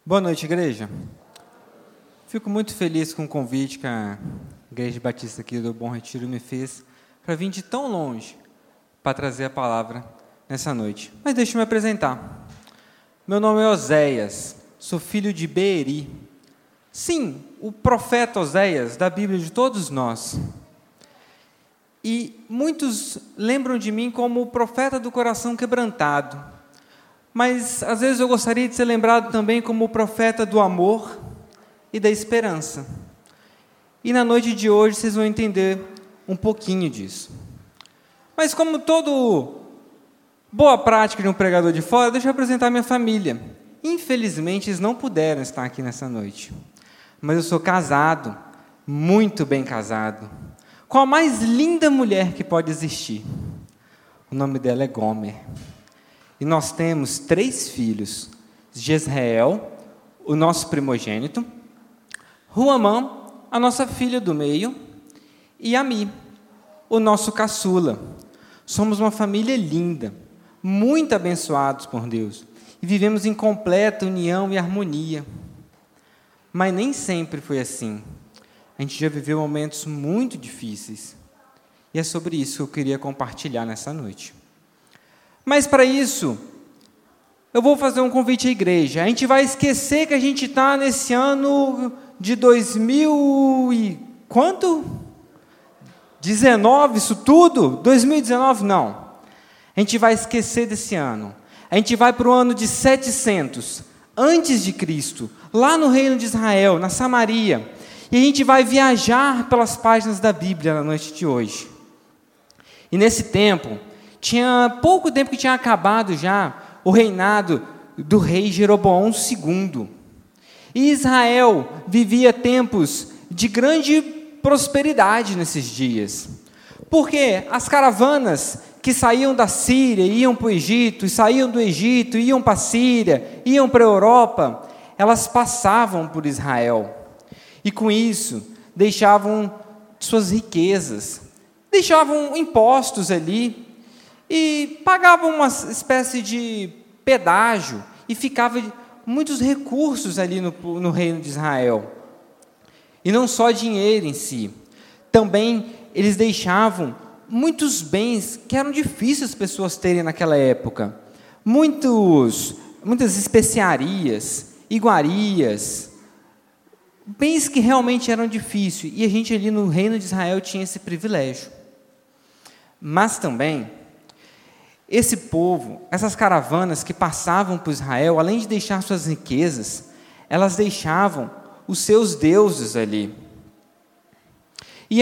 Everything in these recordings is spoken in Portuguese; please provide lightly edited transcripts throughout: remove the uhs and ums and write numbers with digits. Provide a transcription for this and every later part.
Boa noite, igreja. Fico muito feliz com o convite que a Igreja Batista aqui do Bom Retiro me fez para vir de tão longe para trazer a palavra nessa noite. Mas deixa eu me apresentar. Meu nome é Oséias, sou filho de Beeri. Sim, o profeta Oséias, da Bíblia de todos nós. E muitos lembram de mim como o profeta do coração quebrantado. Mas, às vezes, eu gostaria de ser lembrado também como o profeta do amor e da esperança. E na noite de hoje, vocês vão entender um pouquinho disso. Mas, como todo boa prática de um pregador de fora, deixa eu apresentar minha família. Infelizmente, eles não puderam estar aqui nessa noite. Mas eu sou casado, muito bem casado, com a mais linda mulher que pode existir. O nome dela é Gomer. E nós temos 3 filhos: Jezreel, o nosso primogênito, Ruamã, a nossa filha do meio, e Ami, o nosso caçula. Somos uma família linda, muito abençoados por Deus, e vivemos em completa união e harmonia. Mas nem sempre foi assim. A gente já viveu momentos muito difíceis, e é sobre isso que eu queria compartilhar nessa noite. Mas para isso, eu vou fazer um convite à igreja. A gente vai esquecer que a gente está nesse ano de 2000 e quanto? 19, isso tudo? 2019, não. A gente vai esquecer desse ano. A gente vai para o ano de 700, antes de Cristo, lá no reino de Israel, na Samaria. E a gente vai viajar pelas páginas da Bíblia na noite de hoje. E nesse tempo, tinha pouco tempo que tinha acabado já o reinado do rei Jeroboão II. E Israel vivia tempos de grande prosperidade nesses dias. Porque as caravanas que saíam da Síria, iam para o Egito, e saíam do Egito, iam para a Síria, iam para a Europa, elas passavam por Israel. E com isso, deixavam suas riquezas, deixavam impostos ali, e pagavam uma espécie de pedágio, e ficava muitos recursos ali no reino de Israel. E não só dinheiro em si, também eles deixavam muitos bens que eram difíceis as pessoas terem naquela época. Muitas especiarias, iguarias, bens que realmente eram difíceis, e a gente ali no reino de Israel tinha esse privilégio. Mas também, esse povo, essas caravanas que passavam por Israel, além de deixar suas riquezas, elas deixavam os seus deuses ali. E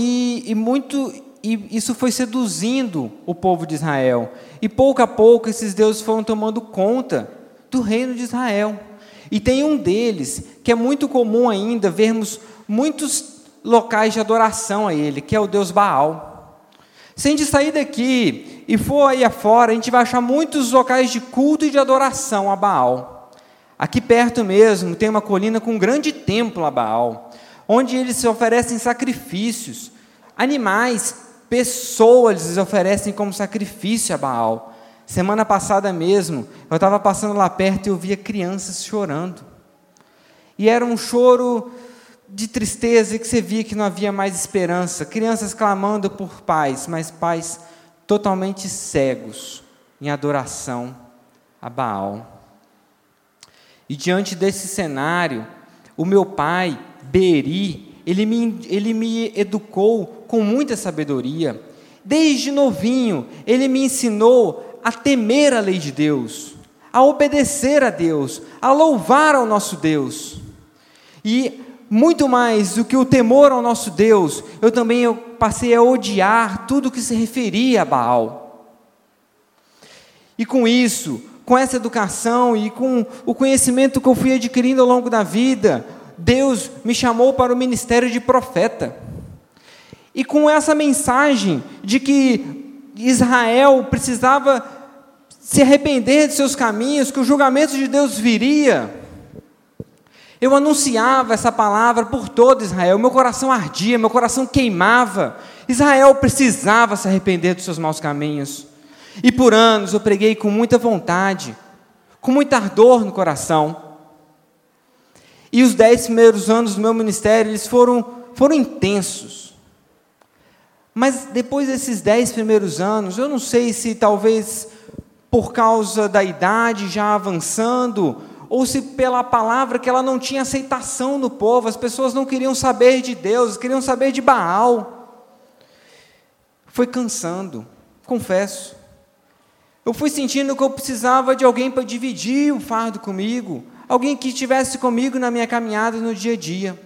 isso foi seduzindo o povo de Israel. E pouco a pouco esses deuses foram tomando conta do reino de Israel. E tem um deles, que é muito comum ainda vermos muitos locais de adoração a ele, que é o deus Baal. Se a gente sair daqui e for aí afora, a gente vai achar muitos locais de culto e de adoração a Baal. Aqui perto mesmo tem uma colina com um grande templo a Baal, onde eles se oferecem sacrifícios, animais, pessoas eles oferecem como sacrifício a Baal. Semana passada mesmo, eu estava passando lá perto e eu via crianças chorando. E era um choro de tristeza, que você via que não havia mais esperança, crianças clamando por pais, mas pais totalmente cegos em adoração a Baal. E diante desse cenário, o meu pai, Beeri, ele me educou com muita sabedoria. Desde novinho, ele me ensinou a temer a lei de Deus, a obedecer a Deus, a louvar ao nosso Deus. E muito mais do que o temor ao nosso Deus, eu passei a odiar tudo que se referia a Baal. E com isso, com essa educação e com o conhecimento que eu fui adquirindo ao longo da vida, Deus me chamou para o ministério de profeta. E com essa mensagem de que Israel precisava se arrepender de seus caminhos, que o julgamento de Deus viria, eu anunciava essa palavra por todo Israel. Meu coração ardia, meu coração queimava. Israel precisava se arrepender dos seus maus caminhos. E por anos eu preguei com muita vontade, com muito ardor no coração. E os 10 primeiros anos do meu ministério, eles foram intensos. Mas depois desses 10 primeiros anos, eu não sei se talvez por causa da idade já avançando, ou se pela palavra que ela não tinha aceitação no povo, as pessoas não queriam saber de Deus, queriam saber de Baal. Foi cansando, confesso. Eu fui sentindo que eu precisava de alguém para dividir o fardo comigo, alguém que estivesse comigo na minha caminhada no dia a dia.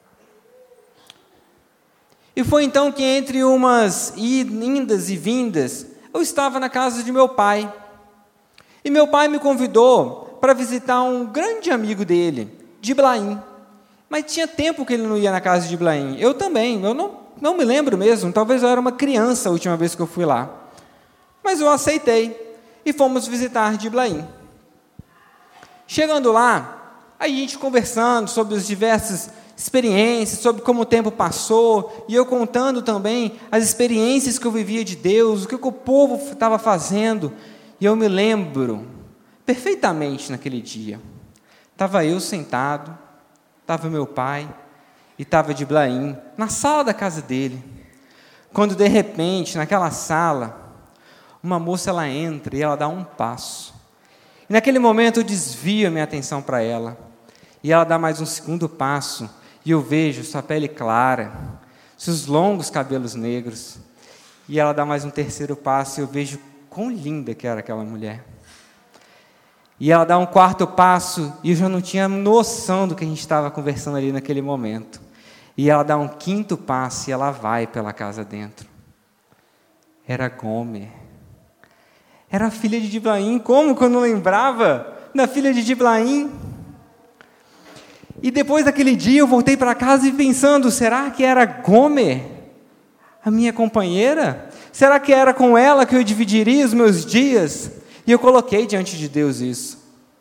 E foi então que entre umas indas e vindas, eu estava na casa de meu pai. E meu pai me convidou para visitar um grande amigo dele, de Iblaim. Mas tinha tempo que ele não ia na casa de Iblaim. Eu também, eu não me lembro mesmo, talvez eu era uma criança a última vez que eu fui lá. Mas eu aceitei e fomos visitar de Iblaim. Chegando lá, a gente conversando sobre as diversas experiências, sobre como o tempo passou, e eu contando também as experiências que eu vivia de Deus, o que o povo estava fazendo. E eu me lembro perfeitamente naquele dia. Estava eu sentado, estava meu pai e estava de Iblaim, na sala da casa dele. Quando de repente, naquela sala, uma moça ela entra e ela dá um passo. E naquele momento eu desvio a minha atenção para ela. E ela dá mais um segundo passo e eu vejo sua pele clara, seus longos cabelos negros. E ela dá mais um terceiro passo e eu vejo quão linda que era aquela mulher. E ela dá um quarto passo e eu já não tinha noção do que a gente estava conversando ali naquele momento. E ela dá um quinto passo e ela vai pela casa dentro. Era Gomer. Era a filha de Diblaim. Como que eu não lembrava da filha de Diblaim? E depois daquele dia eu voltei para casa e pensando, será que era Gomer, a minha companheira? Será que era com ela que eu dividiria os meus dias? E eu coloquei diante de Deus isso.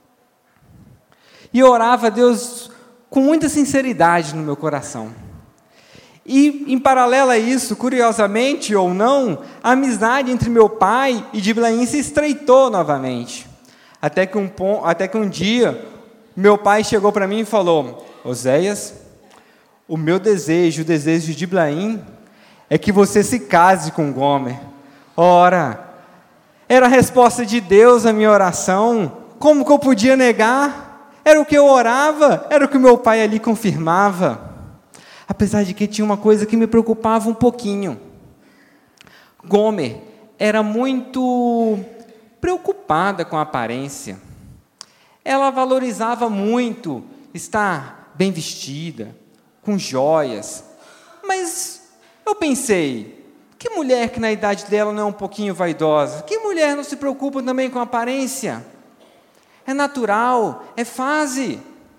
E eu orava a Deus com muita sinceridade no meu coração. E, em paralelo a isso, curiosamente ou não, a amizade entre meu pai e Diblaim se estreitou novamente. Até que um dia, meu pai chegou para mim e falou, Oséias, o meu desejo, o desejo de Diblaim, é que você se case com Gomer. Ora, era a resposta de Deus à minha oração. Como que eu podia negar? Era o que eu orava, era o que meu pai ali confirmava. Apesar de que tinha uma coisa que me preocupava um pouquinho. Gomer era muito preocupada com a aparência. Ela valorizava muito estar bem vestida, com joias. Mas eu pensei, que mulher que na idade dela não é um pouquinho vaidosa? Que mulher não se preocupa também com a aparência? É natural, é fase.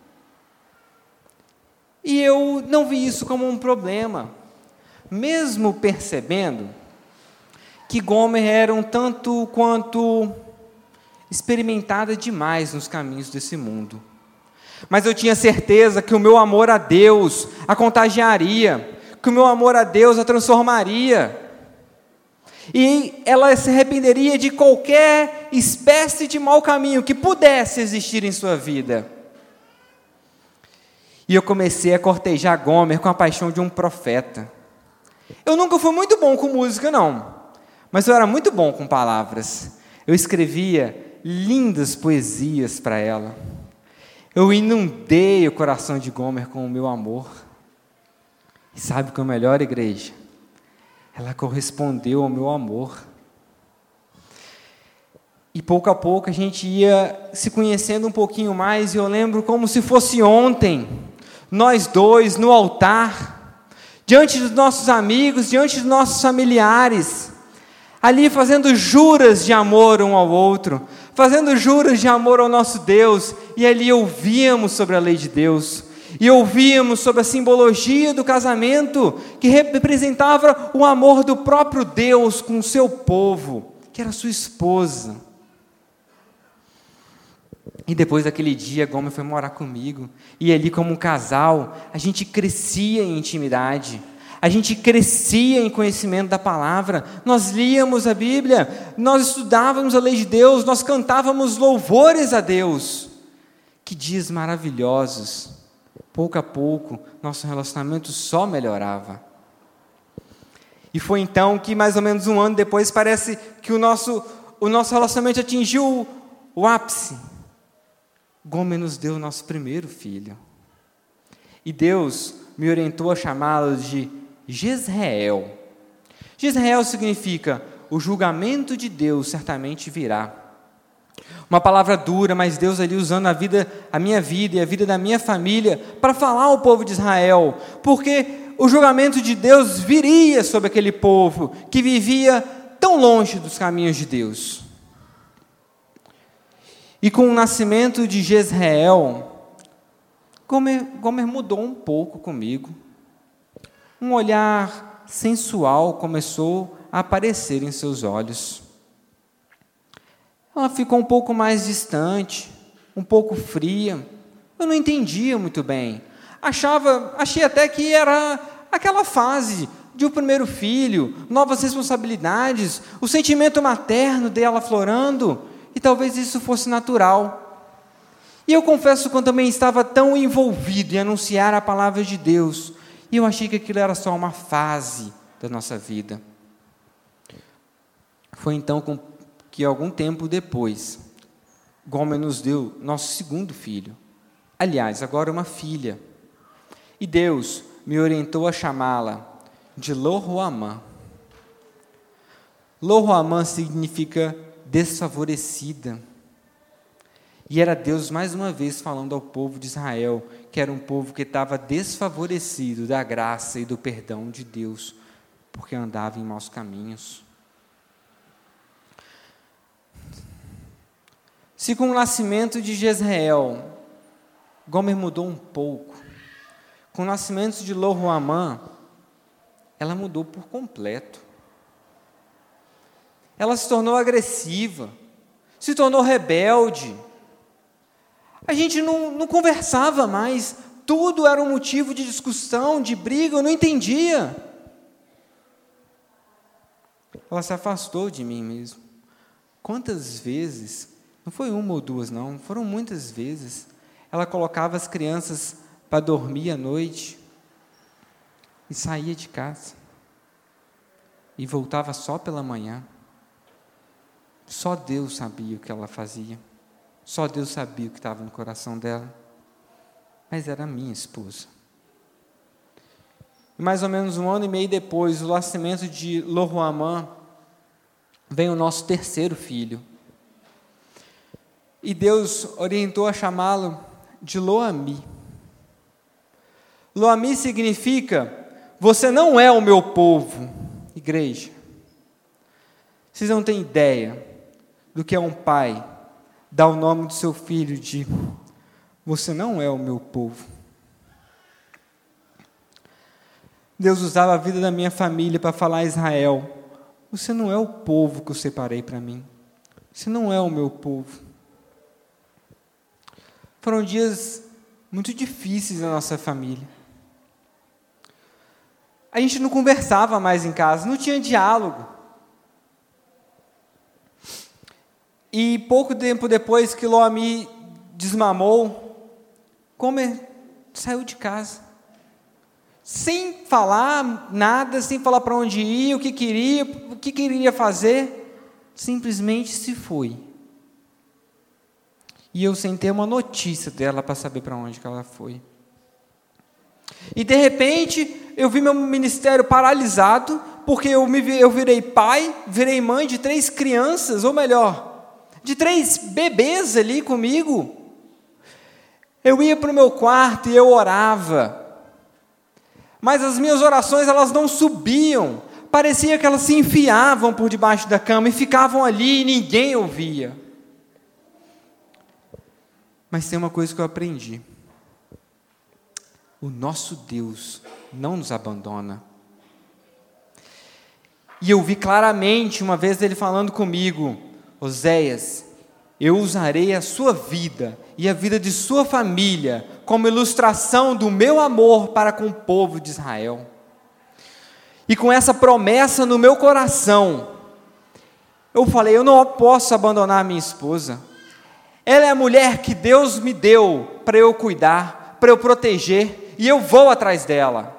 E eu não vi isso como um problema, mesmo percebendo que Gomer era um tanto quanto experimentada demais nos caminhos desse mundo. Mas eu tinha certeza que o meu amor a Deus a contagiaria, que o meu amor a Deus a transformaria, e ela se arrependeria de qualquer espécie de mau caminho que pudesse existir em sua vida. E eu comecei a cortejar Gomer com a paixão de um profeta. Eu nunca fui muito bom com música, não, mas eu era muito bom com palavras. Eu escrevia lindas poesias para ela. Eu inundei o coração de Gomer com o meu amor. E sabe o que é o melhor, igreja? Ela correspondeu ao meu amor. E pouco a pouco a gente ia se conhecendo um pouquinho mais, e eu lembro como se fosse ontem, nós dois no altar, diante dos nossos amigos, diante dos nossos familiares, ali fazendo juras de amor um ao outro, fazendo juras de amor ao nosso Deus, e ali ouvíamos sobre a lei de Deus, e ouvíamos sobre a simbologia do casamento, que representava o amor do próprio Deus com o seu povo, que era sua esposa. E depois daquele dia, Gomer foi morar comigo, e ali como um casal, a gente crescia em intimidade, a gente crescia em conhecimento da palavra, nós líamos a Bíblia, nós estudávamos a lei de Deus, nós cantávamos louvores a Deus. Que dias maravilhosos pouco a pouco, nosso relacionamento só melhorava. E foi então que, mais ou menos 1 ano depois, parece que o nosso relacionamento atingiu o ápice. Gomer nos deu o nosso primeiro filho. E Deus me orientou a chamá-lo de Jezreel. Jezreel significa: o julgamento de Deus certamente virá. Uma palavra dura, mas Deus ali usando a minha vida e a vida da minha família para falar ao povo de Israel, porque o julgamento de Deus viria sobre aquele povo que vivia tão longe dos caminhos de Deus. E com o nascimento de Jezreel, Gomer mudou um pouco comigo. Um olhar sensual começou a aparecer em seus olhos. Ela ficou um pouco mais distante, um pouco fria. Eu não entendia muito bem. Achei até que era aquela fase de um primeiro filho, novas responsabilidades, o sentimento materno dela aflorando, e talvez isso fosse natural. E eu confesso que eu também estava tão envolvido em anunciar a palavra de Deus, e eu achei que aquilo era só uma fase da nossa vida. Foi então que algum tempo depois, Gomer nos deu nosso segundo filho. Aliás, agora uma filha. E Deus me orientou a chamá-la de Lo-Ruhamã. Lo-Ruhamã significa desfavorecida. E era Deus mais uma vez falando ao povo de Israel, que era um povo que estava desfavorecido da graça e do perdão de Deus, porque andava em maus caminhos. Se com o nascimento de Jezreel, Gomer mudou um pouco, com o nascimento de Lo-Ruhamã, ela mudou por completo. Ela se tornou agressiva, se tornou rebelde. A gente não conversava mais, tudo era um motivo de discussão, de briga, eu não entendia. Ela se afastou de mim mesmo. Quantas vezes, não foi uma ou duas não, foram muitas vezes, ela colocava as crianças para dormir à noite e saía de casa e voltava só pela manhã. Só Deus sabia o que ela fazia, só Deus sabia o que estava no coração dela, mas era minha esposa. E mais ou menos 1 ano e meio depois do nascimento de Lo-Ruhamã, vem o nosso terceiro filho. E Deus orientou a chamá-lo de Lo-Ammi. Lo-Ammi significa: você não é o meu povo. Igreja, vocês não têm ideia do que é um pai dar o nome do seu filho de: você não é o meu povo. Deus usava a vida da minha família para falar a Israel: você não é o povo que eu separei para mim. Você não é o meu povo. Foram dias muito difíceis na nossa família. A gente não conversava mais em casa, não tinha diálogo. E pouco tempo depois que Lo-Ammi desmamou, Gomer saiu de casa. Sem falar nada, sem falar para onde ia, o que queria fazer, simplesmente se foi. E eu sem ter uma notícia dela para saber para onde que ela foi. E de repente, eu vi meu ministério paralisado, porque eu virei pai, virei mãe de 3 crianças, ou melhor, de 3 bebês ali comigo. Eu ia para o meu quarto e eu orava. Mas as minhas orações, elas não subiam. Parecia que elas se enfiavam por debaixo da cama e ficavam ali e ninguém ouvia. Mas tem uma coisa que eu aprendi. O nosso Deus não nos abandona. E eu vi claramente, uma vez ele falando comigo: Oséias, eu usarei a sua vida e a vida de sua família como ilustração do meu amor para com o povo de Israel. E com essa promessa no meu coração, eu falei: eu não posso abandonar a minha esposa. Ela é a mulher que Deus me deu para eu cuidar, para eu proteger, e eu vou atrás dela.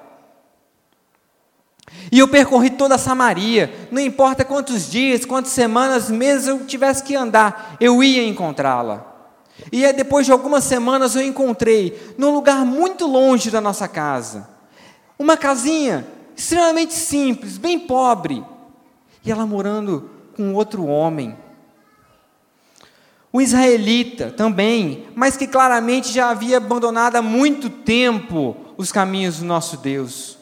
E eu percorri toda a Samaria, não importa quantos dias, quantas semanas, meses eu tivesse que andar, eu ia encontrá-la. E aí, depois de algumas semanas eu encontrei, num lugar muito longe da nossa casa, uma casinha extremamente simples, bem pobre, e ela morando com outro homem. Um israelita também, mas que claramente já havia abandonado há muito tempo os caminhos do nosso Deus.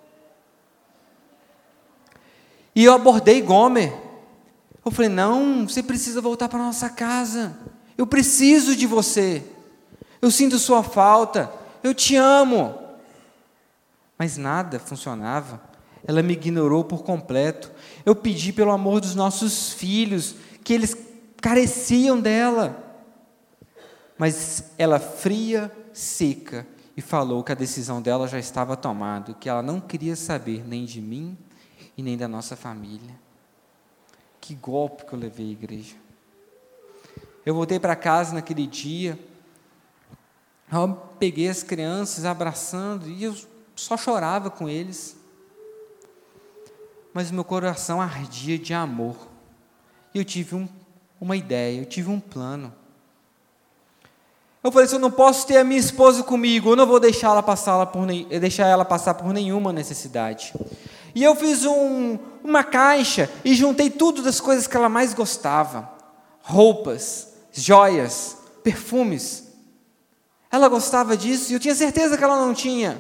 E eu abordei Gomer. Eu falei, não, você precisa voltar para a nossa casa. Eu preciso de você. Eu sinto sua falta. Eu te amo. Mas nada funcionava. Ela me ignorou por completo. Eu pedi pelo amor dos nossos filhos, que eles careciam dela. Mas ela fria, seca, e falou que a decisão dela já estava tomada, que ela não queria saber nem de mim e nem da nossa família. Que golpe que eu levei, igreja. Eu voltei para casa naquele dia, eu peguei as crianças abraçando, e eu só chorava com eles. Mas o meu coração ardia de amor. E eu tive uma ideia, eu tive um plano. Eu falei, se eu não posso ter a minha esposa comigo, eu não vou deixar ela passar por nenhuma necessidade. E eu fiz uma caixa e juntei tudo das coisas que ela mais gostava. Roupas, joias, perfumes. Ela gostava disso e eu tinha certeza que ela não tinha.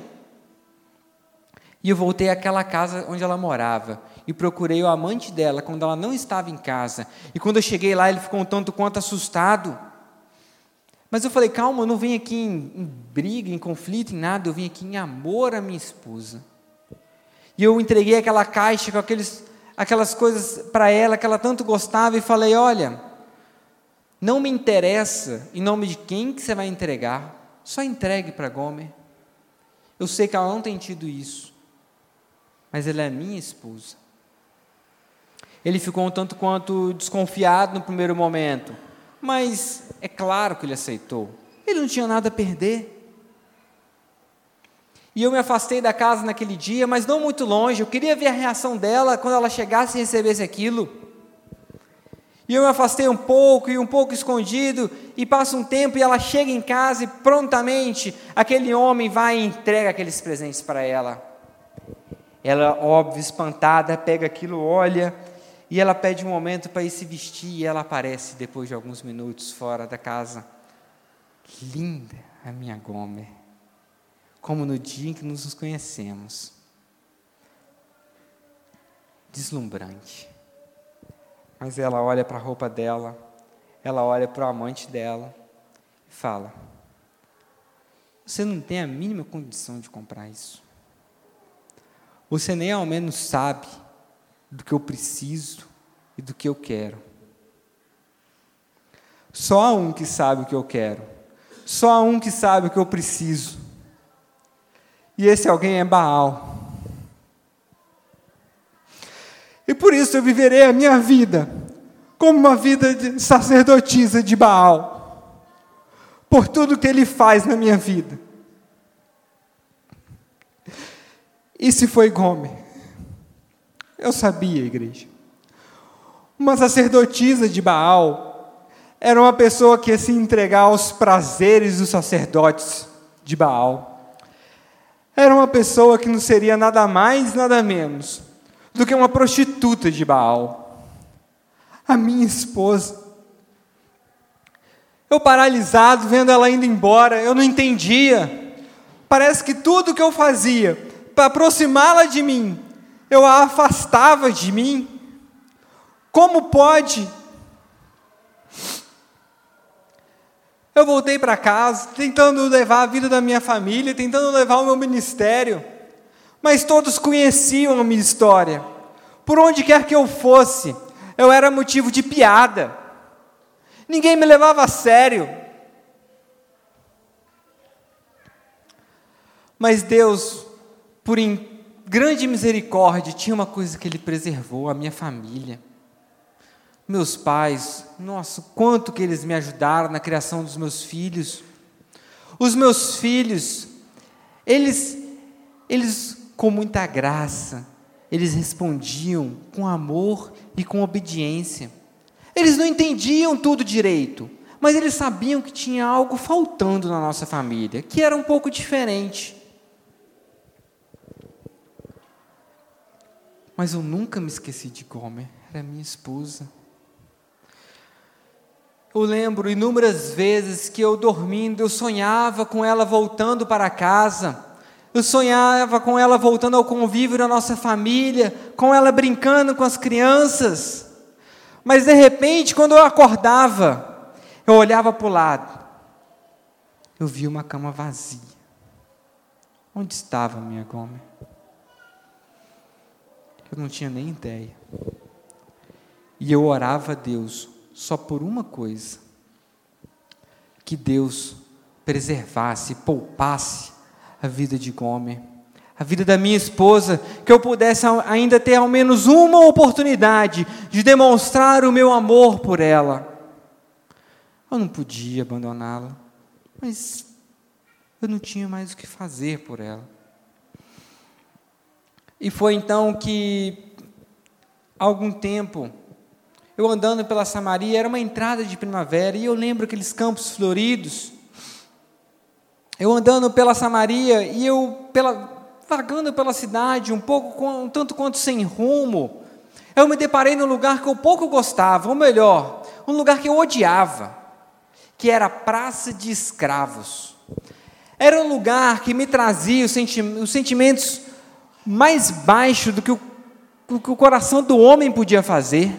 E eu voltei àquela casa onde ela morava e procurei o amante dela quando ela não estava em casa. E quando eu cheguei lá, ele ficou um tanto quanto assustado. Mas eu falei, calma, eu não vim aqui em briga, em conflito, em nada, eu vim aqui em amor à minha esposa. E eu entreguei aquela caixa com aquelas coisas para ela que ela tanto gostava e falei, olha, não me interessa em nome de quem que você vai entregar, só entregue para Gomer. Eu sei que ela não tem tido isso, mas ela é minha esposa. Ele ficou um tanto quanto desconfiado no primeiro momento, mas é claro que ele aceitou. Ele não tinha nada a perder. E eu me afastei da casa naquele dia, mas não muito longe. Eu queria ver a reação dela quando ela chegasse e recebesse aquilo. E eu me afastei um pouco escondido, e passa um tempo e ela chega em casa e prontamente aquele homem vai e entrega aqueles presentes para ela. Ela, óbvio, espantada, pega aquilo, olha, e ela pede um momento para ir se vestir, e ela aparece depois de alguns minutos fora da casa. Que linda a minha Gomer, como no dia em que nos conhecemos. Deslumbrante. Mas ela olha para a roupa dela, ela olha para o amante dela e fala, você não tem a mínima condição de comprar isso. Você nem ao menos sabe do que eu preciso e do que eu quero. Só há um que sabe o que eu quero. Só há um que sabe o que eu preciso. E esse alguém é Baal. E por isso eu viverei a minha vida como uma vida de sacerdotisa de Baal. Por tudo que ele faz na minha vida. E se foi Gomer? Eu sabia, igreja. Uma sacerdotisa de Baal era uma pessoa que ia se entregar aos prazeres dos sacerdotes de Baal. Era uma pessoa que não seria nada mais, nada menos do que uma prostituta de Baal. A minha esposa. Eu paralisado, vendo ela indo embora, eu não entendia. Parece que tudo que eu fazia para aproximá-la de mim, eu a afastava de mim. Como pode? Eu voltei para casa, tentando levar a vida da minha família, tentando levar o meu ministério, mas todos conheciam a minha história. Por onde quer que eu fosse, eu era motivo de piada. Ninguém me levava a sério. Mas Deus, por grande misericórdia, tinha uma coisa que Ele preservou, a minha família. Meus pais, nossa, quanto que eles me ajudaram na criação dos meus filhos. Os meus filhos, eles com muita graça, eles respondiam com amor e com obediência. Eles não entendiam tudo direito, mas eles sabiam que tinha algo faltando na nossa família, que era um pouco diferente. Mas eu nunca me esqueci de Gomer, era minha esposa. Eu lembro inúmeras vezes que eu dormindo, eu sonhava com ela voltando para casa, eu sonhava com ela voltando ao convívio da nossa família, com ela brincando com as crianças, mas de repente, quando eu acordava, eu olhava para o lado, eu via uma cama vazia. Onde estava a minha Gomer? Eu não tinha nem ideia. E eu orava a Deus só por uma coisa: que Deus preservasse, poupasse a vida de Gomer, a vida da minha esposa, que eu pudesse ainda ter ao menos uma oportunidade de demonstrar o meu amor por ela. Eu não podia abandoná-la, mas eu não tinha mais o que fazer por ela. E foi então que, há algum tempo, eu andando pela Samaria, era uma entrada de primavera, e eu lembro aqueles campos floridos. Eu andando pela Samaria, e vagando pela cidade, um tanto quanto sem rumo, eu me deparei num lugar que eu pouco gostava, ou melhor, um lugar que eu odiava, que era a Praça de Escravos. Era um lugar que me trazia os sentimentos mais baixos do que o coração do homem podia fazer.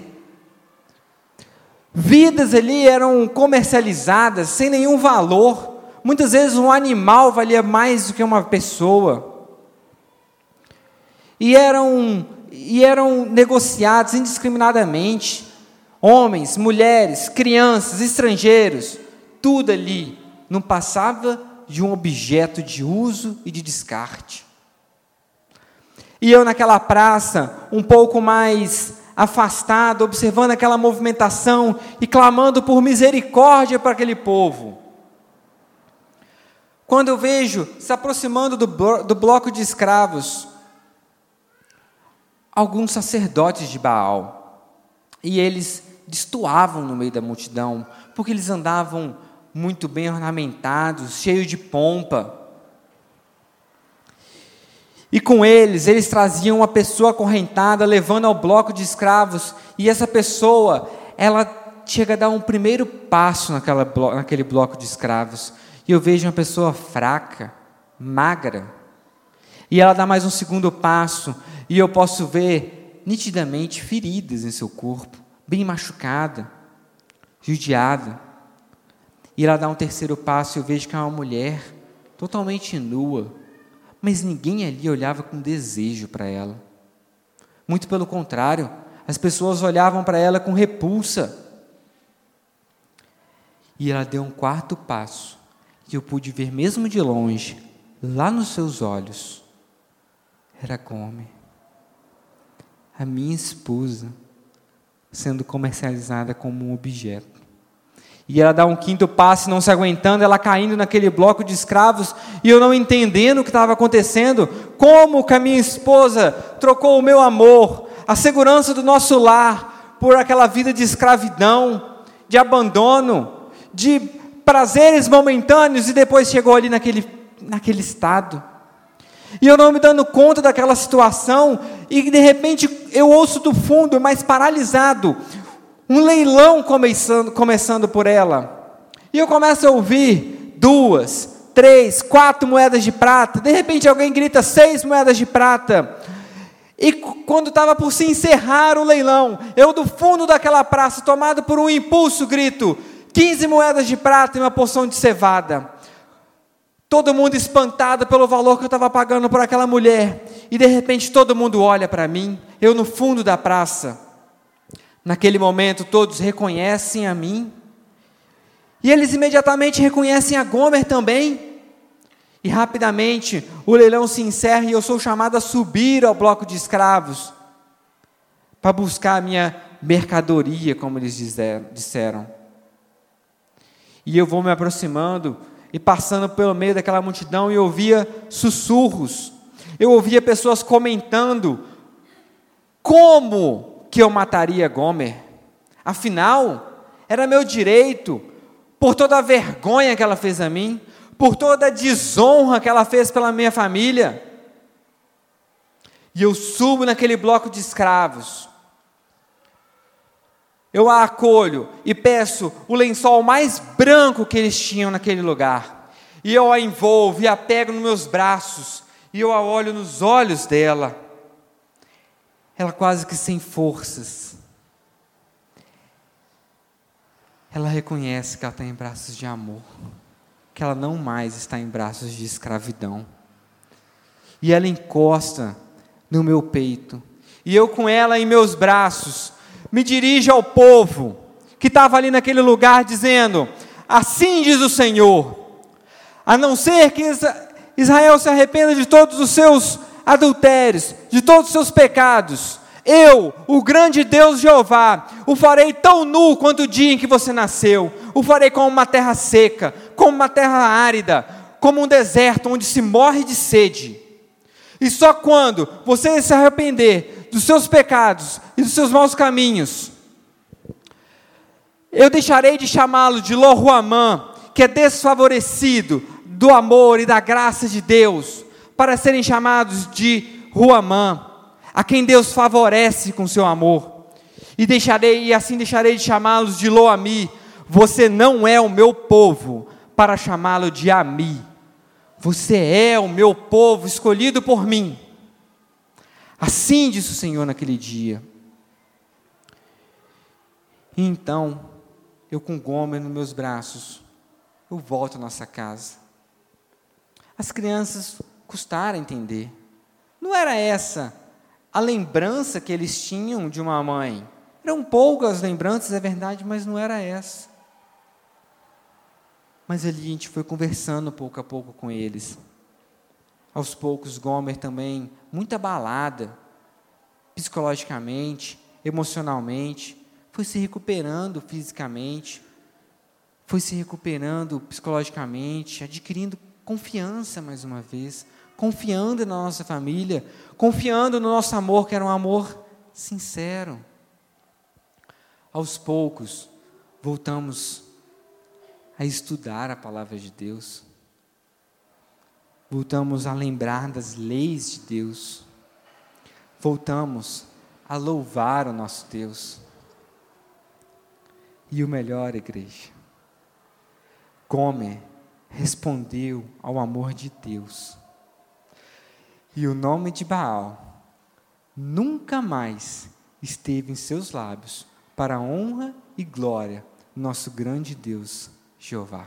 Vidas ali eram comercializadas, sem nenhum valor. Muitas vezes um animal valia mais do que uma pessoa. E eram negociados indiscriminadamente. Homens, mulheres, crianças, estrangeiros, tudo ali não passava de um objeto de uso e de descarte. E eu naquela praça, um pouco mais afastado, observando aquela movimentação e clamando por misericórdia para aquele povo. Quando eu vejo se aproximando do bloco de escravos, alguns sacerdotes de Baal, e eles destoavam no meio da multidão, porque eles andavam muito bem ornamentados, cheios de pompa. E com eles traziam uma pessoa acorrentada, levando ao bloco de escravos, e essa pessoa, ela chega a dar um primeiro passo naquele bloco de escravos, e eu vejo uma pessoa fraca, magra, e ela dá mais um segundo passo, e eu posso ver nitidamente feridas em seu corpo, bem machucada, judiada, e ela dá um terceiro passo, e eu vejo que é uma mulher totalmente nua, mas ninguém ali olhava com desejo para ela. Muito pelo contrário, as pessoas olhavam para ela com repulsa. E ela deu um quarto passo, e eu pude ver mesmo de longe, lá nos seus olhos, era Gomer, a minha esposa, sendo comercializada como um objeto. E ela dá um quinto passo, não se aguentando, ela caindo naquele bloco de escravos, e eu não entendendo o que estava acontecendo, como que a minha esposa trocou o meu amor, a segurança do nosso lar, por aquela vida de escravidão, de abandono, de prazeres momentâneos, e depois chegou ali naquele estado. E eu não me dando conta daquela situação, e de repente eu ouço do fundo, mais paralisado, um leilão começando por ela, e eu começo a ouvir 2, 3, 4 moedas de prata, de repente alguém grita 6 moedas de prata, e quando estava por se encerrar o leilão, eu do fundo daquela praça, tomado por um impulso, grito 15 moedas de prata e uma porção de cevada. Todo mundo espantado pelo valor que eu estava pagando por aquela mulher, e de repente todo mundo olha para mim, eu no fundo da praça. Naquele momento todos reconhecem a mim, e eles imediatamente reconhecem a Gomer também, e rapidamente o leilão se encerra, e eu sou chamado a subir ao bloco de escravos, para buscar a minha mercadoria, como eles disseram. E eu vou me aproximando, e passando pelo meio daquela multidão e ouvia sussurros. Eu ouvia pessoas comentando como que eu mataria Gomer. Afinal, era meu direito, por toda a vergonha que ela fez a mim, por toda a desonra que ela fez pela minha família. E eu subo naquele bloco de escravos. Eu a acolho e peço o lençol mais branco que eles tinham naquele lugar. E eu a envolvo e a pego nos meus braços. E eu a olho nos olhos dela. Ela quase que sem forças. Ela reconhece que ela está em braços de amor. Que ela não mais está em braços de escravidão. E ela encosta no meu peito. E eu com ela em meus braços, me dirijo ao povo que estava ali naquele lugar dizendo: assim diz o Senhor, a não ser que Israel se arrependa de todos os seus adultérios, de todos os seus pecados, eu, o grande Deus Jeová, o farei tão nu quanto o dia em que você nasceu, o farei como uma terra seca, como uma terra árida, como um deserto onde se morre de sede. E só quando você se arrepender dos seus pecados e dos seus maus caminhos, eu deixarei de chamá-lo de Lo-Ruhamã, que é desfavorecido do amor e da graça de Deus, para serem chamados de Ruhamã, a quem Deus favorece com seu amor. E assim deixarei de chamá-los de Lo-Ami. Você não é o meu povo para chamá-lo de Ami. Você é o meu povo escolhido por mim. Assim disse o Senhor naquele dia. E então, eu com Gomer nos meus braços, eu volto à nossa casa. As crianças custaram a entender. Não era essa a lembrança que eles tinham de uma mãe. Eram poucas lembranças, é verdade, mas não era essa. Mas ali a gente foi conversando pouco a pouco com eles. Aos poucos, Gomer também, muito abalada, psicologicamente, emocionalmente, foi se recuperando fisicamente, foi se recuperando psicologicamente, adquirindo confiança mais uma vez, confiando na nossa família, confiando no nosso amor, que era um amor sincero. Aos poucos, voltamos a estudar a palavra de Deus, voltamos a lembrar das leis de Deus, voltamos a louvar o nosso Deus. E o melhor, igreja, Gomer respondeu ao amor de Deus, e o nome de Baal nunca mais esteve em seus lábios, para a honra e glória do nosso grande Deus Jeová.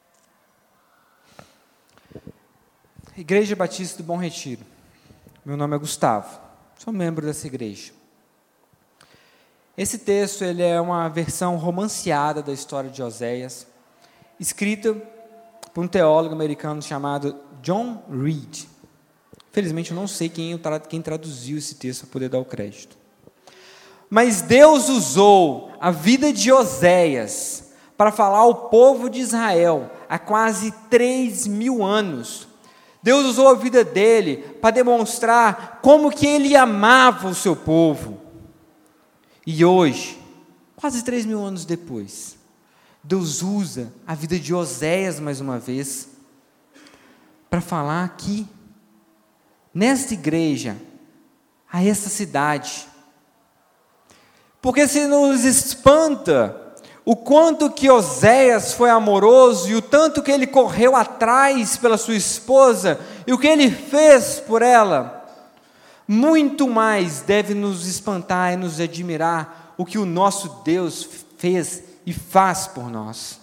Igreja Batista do Bom Retiro. Meu nome é Gustavo, sou membro dessa igreja. Esse texto ele é uma versão romanceada da história de Oséias, escrita por um teólogo americano chamado John Reed. Infelizmente eu não sei quem traduziu esse texto para poder dar o crédito. Mas Deus usou a vida de Oséias para falar ao povo de Israel há quase 3.000 anos. Deus usou a vida dele para demonstrar como que ele amava o seu povo. E hoje, quase 3.000 anos depois, Deus usa a vida de Oséias mais uma vez para falar aqui, nesta igreja, a essa cidade. Porque se nos espanta o quanto que Oséias foi amoroso e o tanto que ele correu atrás pela sua esposa e o que ele fez por ela, muito mais deve nos espantar e nos admirar o que o nosso Deus fez e faz por nós.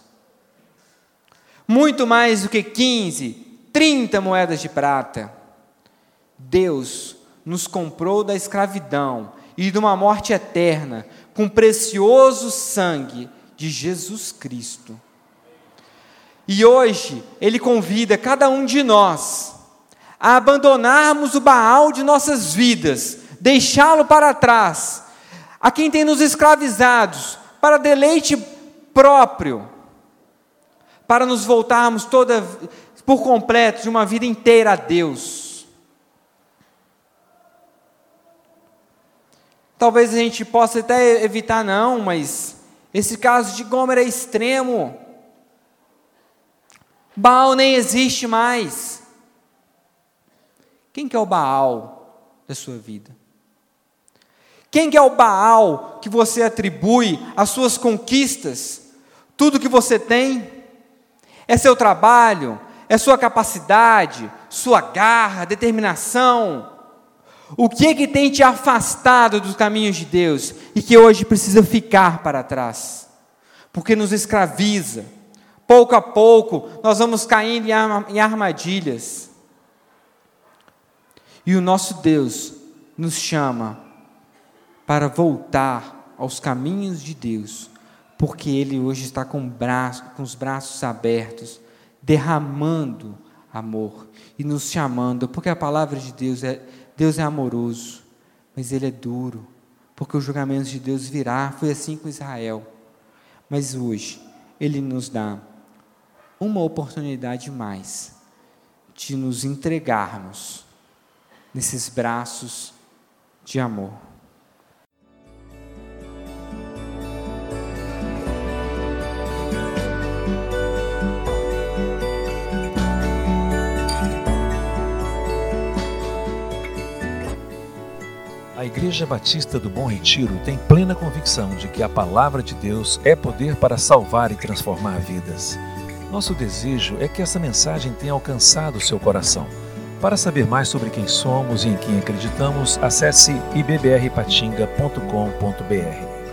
Muito mais do que 15, 30 moedas de prata. Deus nos comprou da escravidão e de uma morte eterna com o precioso sangue de Jesus Cristo. E hoje Ele convida cada um de nós a abandonarmos o Baal de nossas vidas, deixá-lo para trás, a quem tem nos escravizados, para deleite próprio, para nos voltarmos por completo de uma vida inteira a Deus. Talvez a gente possa até evitar, não, mas esse caso de Gomer é extremo. Baal nem existe mais. Quem que é o Baal da sua vida? Quem que é o Baal que você atribui às suas conquistas? Tudo que você tem? É seu trabalho? É sua capacidade? Sua garra? Determinação? O que tem te afastado dos caminhos de Deus e que hoje precisa ficar para trás? Porque nos escraviza. Pouco a pouco nós vamos caindo em armadilhas. E o nosso Deus nos chama para voltar aos caminhos de Deus, porque Ele hoje está com os braços abertos, derramando amor e nos chamando, porque a palavra de Deus é amoroso, mas Ele é duro, porque os julgamentos de Deus virá. Foi assim com Israel, mas hoje Ele nos dá uma oportunidade mais de nos entregarmos nesses braços de amor. A Igreja Batista do Bom Retiro tem plena convicção de que a palavra de Deus é poder para salvar e transformar vidas. Nosso desejo é que essa mensagem tenha alcançado o seu coração. Para saber mais sobre quem somos e em quem acreditamos, acesse ibbrpatinga.com.br.